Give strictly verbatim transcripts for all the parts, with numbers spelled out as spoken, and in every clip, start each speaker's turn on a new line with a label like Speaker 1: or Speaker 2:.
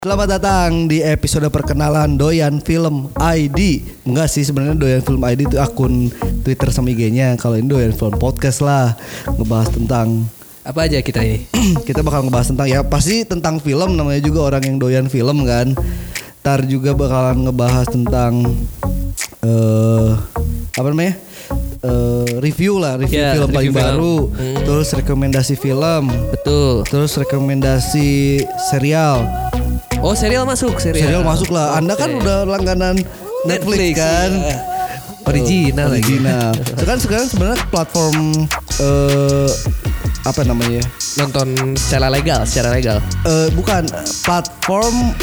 Speaker 1: Selamat datang di episode perkenalan Doyan Film I D. Enggak sih, sebenarnya Doyan Film I D itu akun Twitter sama I G-nya. Kalau ini Doyan Film Podcast lah, ngebahas tentang
Speaker 2: apa aja kita ini.
Speaker 1: Kita bakal ngebahas tentang, ya pasti tentang film, namanya juga orang yang doyan film kan. Ntar juga bakalan ngebahas tentang uh, apa namanya? Uh, review lah, review
Speaker 2: ya,
Speaker 1: film
Speaker 2: review
Speaker 1: paling
Speaker 2: film.
Speaker 1: baru,
Speaker 2: hmm.
Speaker 1: terus rekomendasi film,
Speaker 2: betul,
Speaker 1: terus rekomendasi serial.
Speaker 2: Oh, serial masuk, serial.
Speaker 1: Serial masuk lah. Anda kan
Speaker 2: okay.
Speaker 1: udah langganan Netflix, Netflix kan.
Speaker 2: Iya. Original
Speaker 1: oh,
Speaker 2: lagi.
Speaker 1: Original. Sekarang sekarang sebenarnya platform uh, apa namanya?
Speaker 2: Nonton secara legal, secara legal.
Speaker 1: Uh, bukan platform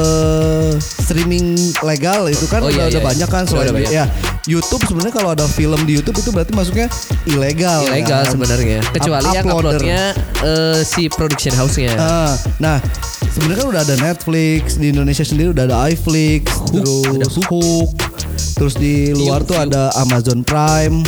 Speaker 1: uh, streaming legal itu kan
Speaker 2: oh,
Speaker 1: udah,
Speaker 2: iya,
Speaker 1: udah
Speaker 2: iya.
Speaker 1: banyak kan selain
Speaker 2: banyak.
Speaker 1: Ya. YouTube sebenarnya kalau ada film di YouTube itu berarti masuknya ilegal.
Speaker 2: Ilegal
Speaker 1: kan?
Speaker 2: sebenarnya. Kecuali yang uploadnya uh, si production house-nya.
Speaker 1: Uh, nah, sebenarnya kan udah ada Netflix, di Indonesia sendiri udah ada iFlix,
Speaker 2: Hook,
Speaker 1: terus Hook, terus di luar
Speaker 2: View,
Speaker 1: tuh
Speaker 2: View.
Speaker 1: ada Amazon Prime,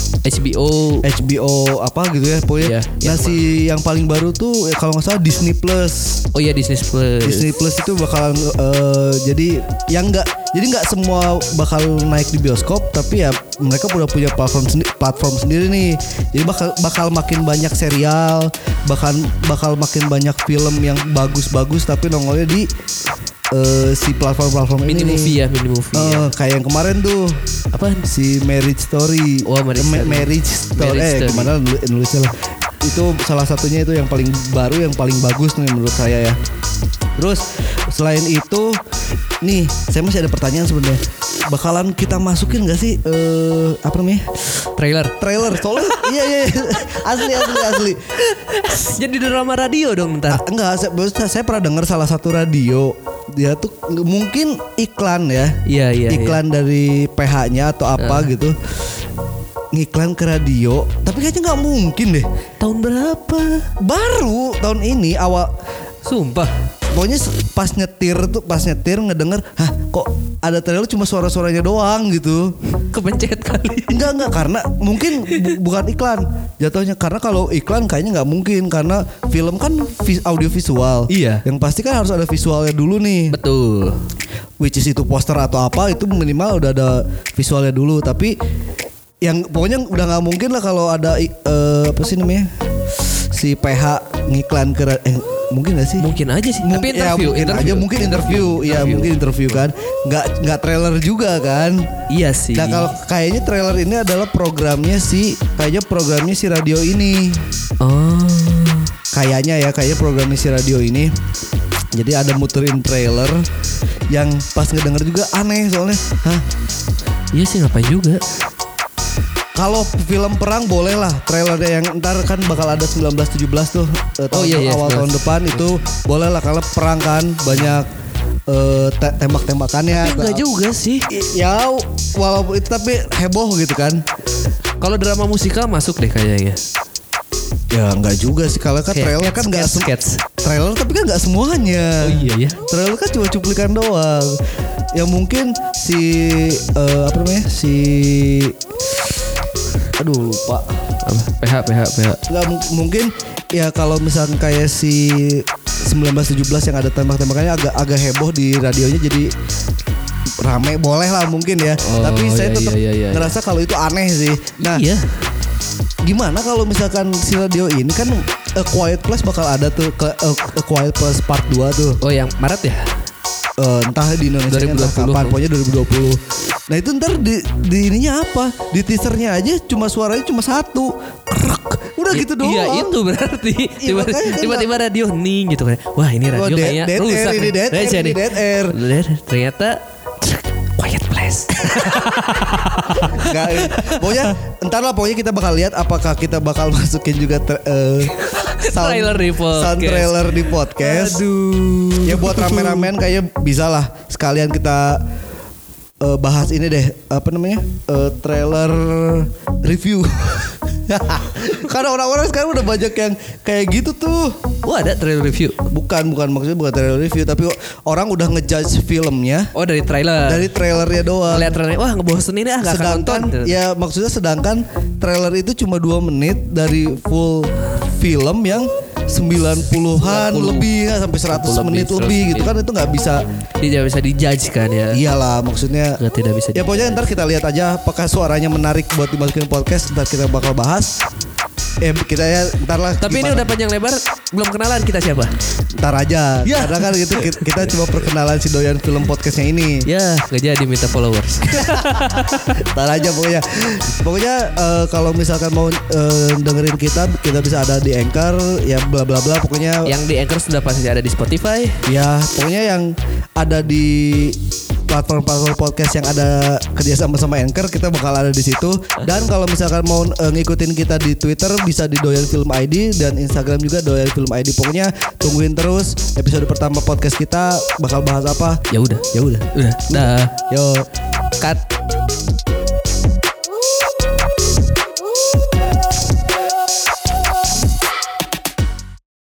Speaker 2: H B O,
Speaker 1: H B O apa gitu ya pokoknya.
Speaker 2: Iya,
Speaker 1: nah
Speaker 2: yang
Speaker 1: si yang paling baru tuh eh, kalau nggak salah Disney Plus.
Speaker 2: Oh iya, Disney Plus.
Speaker 1: Disney Plus itu bakalan uh, jadi yang nggak jadi nggak semua bakal naik di bioskop, tapi ya mereka udah punya platform sendi- platform sendiri nih. Jadi bakal bakal makin banyak serial, bahkan bakal makin banyak film yang bagus-bagus tapi nongolnya di uh, si platform-platform
Speaker 2: mini
Speaker 1: ini.
Speaker 2: movie ya, mini movie.
Speaker 1: Uh,
Speaker 2: ya.
Speaker 1: Kayak yang kemarin tuh
Speaker 2: Apa?
Speaker 1: si Marriage Story.
Speaker 2: Oh, Marriage
Speaker 1: Ma-
Speaker 2: Story.
Speaker 1: Marriage Story.
Speaker 2: Marriage
Speaker 1: eh
Speaker 2: Story.
Speaker 1: gimana nul- nulisnya lah. Itu salah satunya itu yang paling baru, yang paling bagus nih menurut saya ya. Terus selain itu nih, saya masih ada pertanyaan sebenarnya. Bakalan kita masukin gak sih uh, apa namanya?
Speaker 2: Trailer.
Speaker 1: Trailer. Soalnya iya iya asli asli asli.
Speaker 2: Jadi drama radio dong ntar.
Speaker 1: Ah, enggak, saya, saya pernah dengar salah satu radio. Dia tuh mungkin iklan ya.
Speaker 2: Iya iya.
Speaker 1: Iklan
Speaker 2: iya.
Speaker 1: dari P H-nya atau apa uh. gitu. Ngiklan ke radio, tapi kayaknya nggak mungkin deh.
Speaker 2: Tahun berapa?
Speaker 1: Baru tahun ini awal.
Speaker 2: Sumpah.
Speaker 1: Pokoknya pas nyetir tuh, pas nyetir ngedenger, hah kok ada trailer cuma suara-suaranya doang gitu.
Speaker 2: Kepencet kali.
Speaker 1: Enggak enggak karena mungkin bu- bukan iklan jatuhnya, karena kalau iklan kayaknya nggak mungkin karena film kan vis- audio visual.
Speaker 2: Iya.
Speaker 1: Yang pasti kan harus ada visualnya dulu nih.
Speaker 2: Betul.
Speaker 1: Which is itu poster atau apa itu minimal udah ada visualnya dulu. Tapi yang pokoknya udah nggak mungkin lah kalau ada uh, apa sih namanya si P H ngiklan ke eh, mungkin gak sih?
Speaker 2: Mungkin aja sih.
Speaker 1: Mung-
Speaker 2: Tapi interview,
Speaker 1: ya, mungkin
Speaker 2: interview.
Speaker 1: aja mungkin interview, interview. Ya mungkin interview kan, nggak nggak trailer juga kan?
Speaker 2: Iya sih.
Speaker 1: Nah kalau kayaknya trailer ini adalah programnya si kayaknya programnya si radio ini.
Speaker 2: Oh.
Speaker 1: Kayaknya ya kayaknya programnya si radio ini. Jadi ada muterin trailer yang pas ngedenger juga aneh soalnya. Hah?
Speaker 2: Iya sih, ngapain juga.
Speaker 1: Kalau film perang boleh lah trailernya yang ntar kan bakal ada sembilan belas tujuh belas tuh eh, tahun,
Speaker 2: Oh, iya, iya,
Speaker 1: awal tahun depan itu boleh lah kalau perang kan banyak eh, te- tembak-tembakannya.
Speaker 2: Tapi enggak juga sih.
Speaker 1: I- Ya walaupun itu tapi heboh gitu kan.
Speaker 2: Kalau drama musikal masuk deh kayaknya.
Speaker 1: Ya enggak juga sih kalau kan
Speaker 2: Kayak
Speaker 1: trailer
Speaker 2: Cats,
Speaker 1: kan enggak
Speaker 2: Cats,
Speaker 1: sem-
Speaker 2: Cats.
Speaker 1: trailer tapi kan enggak semuanya.
Speaker 2: Oh iya ya.
Speaker 1: Trailer kan cuma cuplikan doang. Yang mungkin si eh, apa namanya si aduh lupa.
Speaker 2: Apa? P H P H P H.
Speaker 1: Nggak m- mungkin ya kalau misalkan kayak si sembilan belas tujuh belas yang ada tembak-tembakannya agak agak heboh di radionya jadi rame boleh lah mungkin ya.
Speaker 2: Oh,
Speaker 1: Tapi saya
Speaker 2: iya,
Speaker 1: tetap
Speaker 2: iya, iya,
Speaker 1: ngerasa kalau itu aneh sih. Nah,
Speaker 2: Iya.
Speaker 1: gimana kalau misalkan si radio ini kan A Quiet Place bakal ada tuh ke A, A Quiet Place Part dua tuh.
Speaker 2: Oh yang Maret ya?
Speaker 1: Eh, entah di Indonesia
Speaker 2: dua ribu dua
Speaker 1: entah
Speaker 2: puluh.
Speaker 1: kapan, pokoknya dua ribu dua puluh. Nah itu ntar di, di ininya apa? Di teasernya aja cuma suaranya cuma satu. Krek. Udah gitu doang.
Speaker 2: Iya itu berarti
Speaker 1: Iya,
Speaker 2: tiba,
Speaker 1: makanya kan
Speaker 2: tiba-tiba radio ning gitu kan. Wah ini radio
Speaker 1: Wah, dead-
Speaker 2: kayaknya
Speaker 1: dead air,
Speaker 2: rusak.
Speaker 1: ini
Speaker 2: nih.
Speaker 1: dead air,
Speaker 2: Receh
Speaker 1: ini
Speaker 2: nih.
Speaker 1: dead air.
Speaker 2: Ternyata Quiet Place.
Speaker 1: Gak, pokoknya entar lah pokoknya kita bakal lihat apakah kita bakal masukin juga tra- eh, sound,
Speaker 2: Trailer di podcast.
Speaker 1: sound trailer di podcast.
Speaker 2: Aduh.
Speaker 1: Ya buat ramen-ramen kayaknya bisa lah sekalian kita eh, bahas ini deh apa namanya eh, trailer review. Karena orang-orang sekarang udah banyak yang kayak gitu tuh.
Speaker 2: Wah ada trailer review.
Speaker 1: Bukan bukan maksudnya bukan trailer review tapi orang udah ngejudge filmnya
Speaker 2: Oh dari trailer.
Speaker 1: dari trailernya doang.
Speaker 2: Lihat trailernya, wah ngebosenin ah, gak akan
Speaker 1: Sedangkan
Speaker 2: nonton.
Speaker 1: ya maksudnya sedangkan trailer itu cuma dua menit dari full film yang sembilan puluhan lebih ya, sampai seratus menit lebih gitu kan, itu nggak bisa
Speaker 2: tidak bisa dijudge kan ya.
Speaker 1: Iyalah maksudnya
Speaker 2: Nggak, tidak bisa
Speaker 1: ya pokoknya ntar kita lihat aja apakah suaranya menarik buat dimasukin podcast, ntar kita bakal bahas. Eh kita ya ntar lah.
Speaker 2: Tapi
Speaker 1: gimana?
Speaker 2: ini udah panjang lebar, belum kenalan kita siapa?
Speaker 1: Ntar aja
Speaker 2: Ya.
Speaker 1: karena kan gitu kita, kita coba perkenalan si doyan film podcastnya ini.
Speaker 2: Ya nggak jadi minta followers.
Speaker 1: Ntar aja pokoknya. Pokoknya uh, kalau misalkan mau uh, dengerin kita, kita bisa ada di Anchor ya bla bla bla. Pokoknya
Speaker 2: Yang di Anchor sudah pasti ada di Spotify.
Speaker 1: ya pokoknya yang ada di platform-platform podcast yang ada kerjasama sama Anchor, kita bakal ada di situ. Dan kalau misalkan mau uh, ngikutin kita di Twitter bisa di Doyan Film I D dan Instagram juga Doyan Film I D. Pokoknya tungguin terus episode pertama podcast kita bakal bahas apa.
Speaker 2: Ya udah,
Speaker 1: Ya udah.
Speaker 2: udah, dah,
Speaker 1: Yo.
Speaker 2: cut.